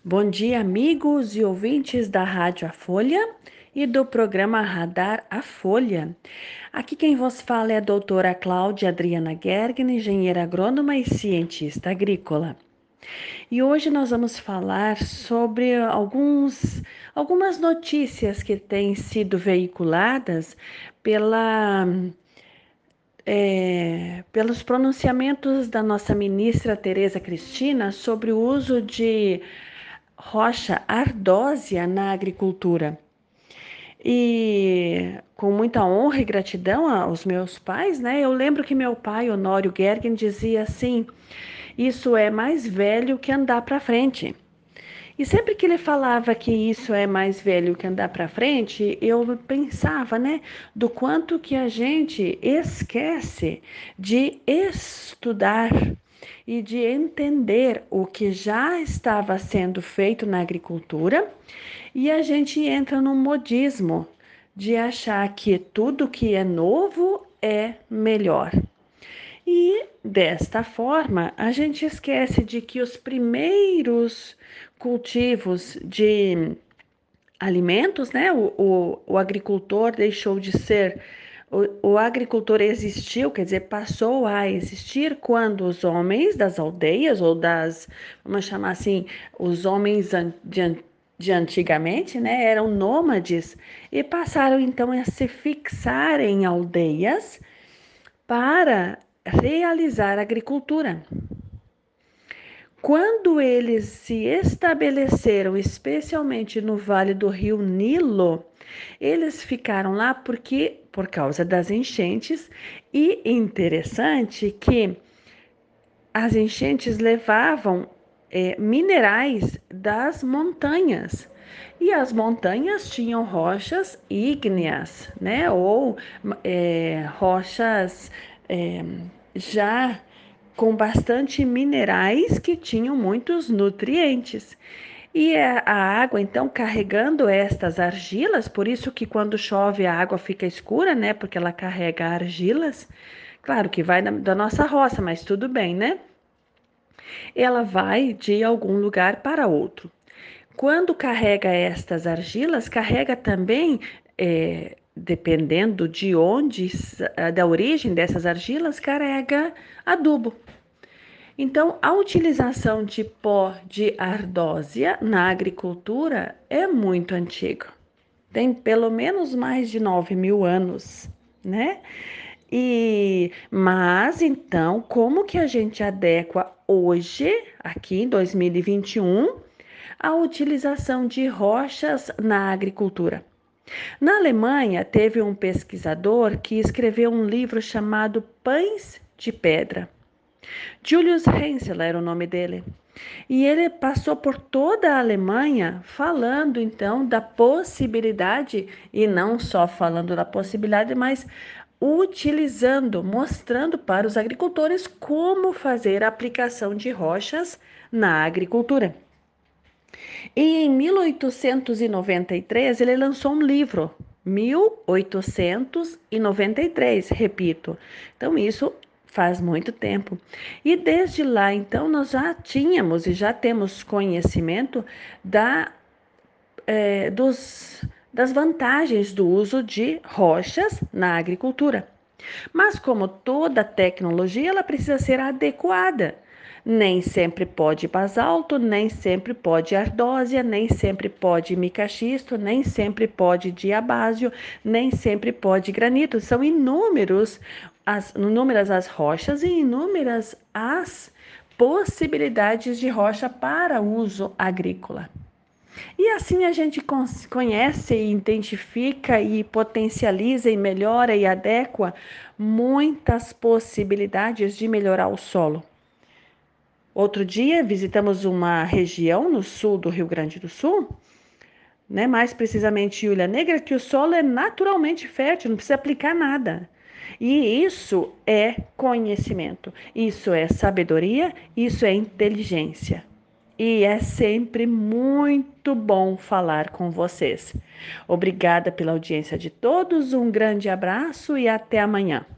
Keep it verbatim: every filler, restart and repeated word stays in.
Bom dia, amigos e ouvintes da Rádio A Folha e do programa Radar A Folha. Aqui quem vos fala é a doutora Cláudia Adriana Gergen, engenheira agrônoma e cientista agrícola. E hoje nós vamos falar sobre alguns, algumas notícias que têm sido veiculadas pela, é, pelos pronunciamentos da nossa ministra Tereza Cristina sobre o uso de rocha ardósia na agricultura. E com muita honra e gratidão aos meus pais, né? Eu lembro que meu pai, Honório Gergen, dizia assim: isso é mais velho que andar para frente. E sempre que ele falava que isso é mais velho que andar para frente, eu pensava, né, do quanto que a gente esquece de estudar e de entender o que já estava sendo feito na agricultura, e a gente entra num modismo de achar que tudo que é novo é melhor. E desta forma, a gente esquece de que os primeiros cultivos de alimentos, né? O, o, o agricultor deixou de ser, o, o agricultor existiu, quer dizer, passou a existir quando os homens das aldeias ou das, vamos chamar assim, os homens de, de antigamente, né? Eram nômades e passaram então a se fixar em aldeias para realizar agricultura. Quando eles se estabeleceram, especialmente no Vale do Rio Nilo, eles ficaram lá porque por causa das enchentes, e interessante que as enchentes levavam é, minerais das montanhas. E as montanhas tinham rochas ígneas, né? Ou é, rochas é, já com bastante minerais que tinham muitos nutrientes. E a água, então, carregando estas argilas, por isso que quando chove a água fica escura, né? Porque ela carrega argilas. Claro que vai da nossa roça, mas tudo bem, né? Ela vai de algum lugar para outro. Quando carrega estas argilas, carrega também, é, dependendo de onde, da origem dessas argilas, carrega adubo. Então, a utilização de pó de ardósia na agricultura é muito antiga. Tem pelo menos mais de nove mil anos, né? E, mas então, como que a gente adequa hoje, aqui em dois mil e vinte e um, a utilização de rochas na agricultura? Na Alemanha, teve um pesquisador que escreveu um livro chamado Pães de Pedra. Julius Hensel era o nome dele. E ele passou por toda a Alemanha falando então da possibilidade, e não só falando da possibilidade, mas utilizando, mostrando para os agricultores como fazer a aplicação de rochas na agricultura. E em mil oitocentos e noventa e três ele lançou um livro, mil oitocentos e noventa e três, repito. Então isso faz muito tempo. E desde lá, então, nós já tínhamos e já temos conhecimento da, é, dos, das vantagens do uso de rochas na agricultura. Mas como toda tecnologia, ela precisa ser adequada. Nem sempre pode basalto, nem sempre pode ardósia, nem sempre pode micaxisto, nem sempre pode diabásio, nem sempre pode granito. São inúmeros as, inúmeras as rochas e inúmeras as possibilidades de rocha para uso agrícola. E assim a gente conhece, identifica e potencializa e melhora e adequa muitas possibilidades de melhorar o solo. Outro dia visitamos uma região no sul do Rio Grande do Sul, né, mais precisamente Ilha Negra, que o solo é naturalmente fértil, não precisa aplicar nada. E isso é conhecimento, isso é sabedoria, isso é inteligência. E é sempre muito bom falar com vocês. Obrigada pela audiência de todos, um grande abraço e até amanhã.